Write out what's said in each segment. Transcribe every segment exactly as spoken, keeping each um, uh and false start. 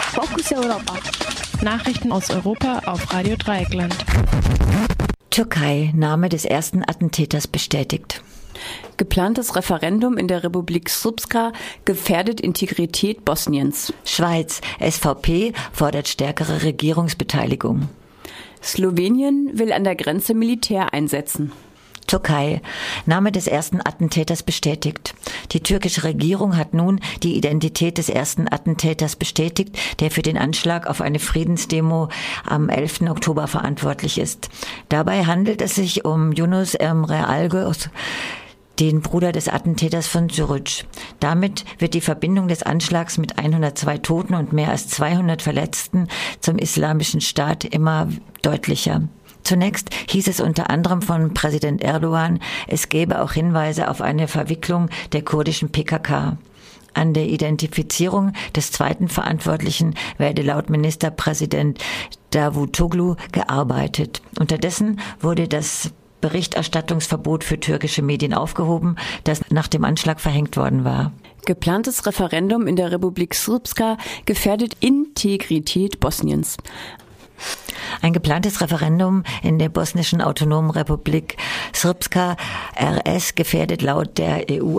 Fokus Europa. Nachrichten aus Europa auf Radio Dreieckland. Türkei, Name des ersten Attentäters bestätigt. Geplantes Referendum in der Republik Srpska gefährdet Integrität Bosniens. Schweiz, S V P fordert stärkere Regierungsbeteiligung. Slowenien will an der Grenze Militär einsetzen. Türkei, Name des ersten Attentäters bestätigt. Die türkische Regierung hat nun die Identität des ersten Attentäters bestätigt, der für den Anschlag auf eine Friedensdemo am elften Oktober verantwortlich ist. Dabei handelt es sich um Yunus Emre Algöz, den Bruder des Attentäters von Zürich. Damit wird die Verbindung des Anschlags mit hundertzwei Toten und mehr als zweihundert Verletzten zum Islamischen Staat immer deutlicher. Zunächst hieß es unter anderem von Präsident Erdogan, es gäbe auch Hinweise auf eine Verwicklung der kurdischen P K K. An der Identifizierung des zweiten Verantwortlichen werde laut Ministerpräsident Davutoglu gearbeitet. Unterdessen wurde das Berichterstattungsverbot für türkische Medien aufgehoben, das nach dem Anschlag verhängt worden war. Geplantes Referendum in der Republik Srpska gefährdet Integrität Bosniens. Ein geplantes Referendum in der bosnischen autonomen Republik Srpska R S gefährdet laut der E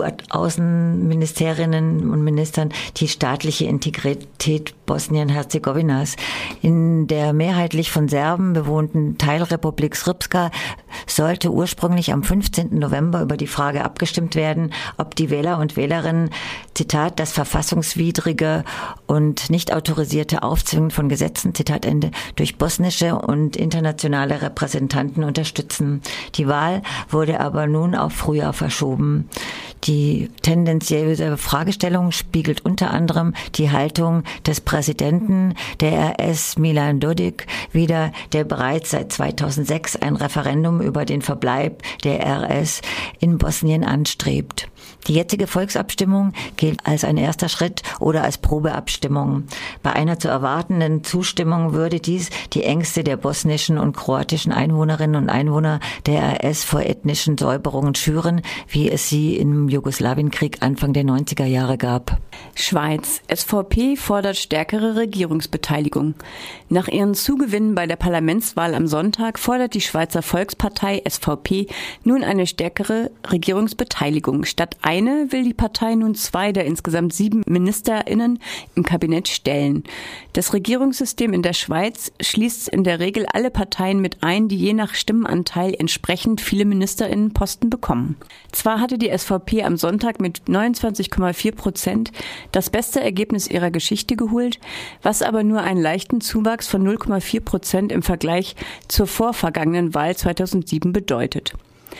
U-Außenministerinnen und Ministern die staatliche Integrität Bosnien-Herzegowinas. In der mehrheitlich von Serben bewohnten Teilrepublik Srpska sollte ursprünglich am fünfzehnten November über die Frage abgestimmt werden, ob die Wähler und Wählerinnen, Zitat, das verfassungswidrige und nicht autorisierte Aufzwingen von Gesetzen, Zitat Ende, durch bosnische und internationale Repräsentanten unterstützen. Die Wahl wurde aber nun auf Frühjahr verschoben. Die tendenziöse Fragestellung spiegelt unter anderem die Haltung des Präsidenten der R S Milan Dodik wider, der bereits seit zweitausendsechs ein Referendum über den Verbleib der R S in Bosnien anstrebt. Die jetzige Volksabstimmung gilt als ein erster Schritt oder als Probeabstimmung. Bei einer zu erwartenden Zustimmung würde dies die Ängste der bosnischen und kroatischen Einwohnerinnen und Einwohner der R S vor ethnischen Säuberungen schüren, wie es sie im Jugoslawienkrieg Anfang der neunziger Jahre gab. Schweiz. S V P fordert stärkere Regierungsbeteiligung. Nach ihren Zugewinnen bei der Parlamentswahl am Sonntag fordert die Schweizer Volkspartei S V P nun eine stärkere Regierungsbeteiligung. Statt eine will die Partei nun zwei der insgesamt sieben MinisterInnen im Kabinett stellen. Das Regierungssystem in der Schweiz schließt in der Regel alle Parteien mit ein, die je nach Stimmenanteil entsprechend viele MinisterInnenposten bekommen. Zwar hatte die S V P am Sonntag mit neunundzwanzig Komma vier Prozent das beste Ergebnis ihrer Geschichte geholt, was aber nur einen leichten Zuwachs von null Komma vier Prozent im Vergleich zur vorvergangenen Wahl zweitausendsieben bedeutet.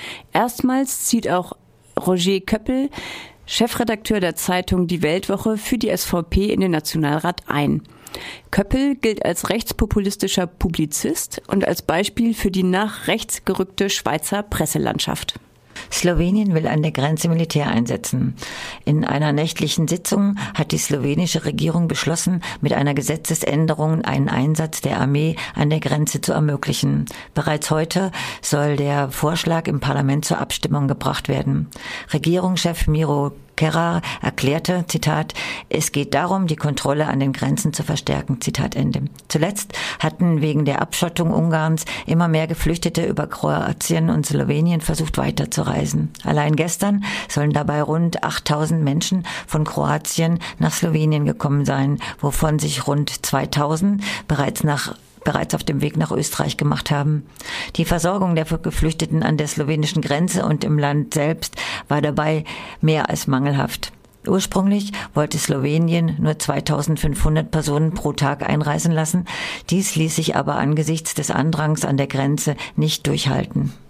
Erstmals zieht auch Roger Köppel, Chefredakteur der Zeitung Die Weltwoche, für die S V P in den Nationalrat ein. Köppel gilt als rechtspopulistischer Publizist und als Beispiel für die nach rechts gerückte Schweizer Presselandschaft. Slowenien will an der Grenze Militär einsetzen. In einer nächtlichen Sitzung hat die slowenische Regierung beschlossen, mit einer Gesetzesänderung einen Einsatz der Armee an der Grenze zu ermöglichen. Bereits heute soll der Vorschlag im Parlament zur Abstimmung gebracht werden. Regierungschef Miro Cerar erklärte, Zitat, es geht darum, die Kontrolle an den Grenzen zu verstärken, Zitat Ende. Zuletzt hatten wegen der Abschottung Ungarns immer mehr Geflüchtete über Kroatien und Slowenien versucht weiterzureisen. Allein gestern sollen dabei rund achttausend Menschen von Kroatien nach Slowenien gekommen sein, wovon sich rund zweitausend bereits nach bereits auf dem Weg nach Österreich gemacht haben. Die Versorgung der Geflüchteten an der slowenischen Grenze und im Land selbst war dabei mehr als mangelhaft. Ursprünglich wollte Slowenien nur zweitausendfünfhundert Personen pro Tag einreisen lassen. Dies ließ sich aber angesichts des Andrangs an der Grenze nicht durchhalten.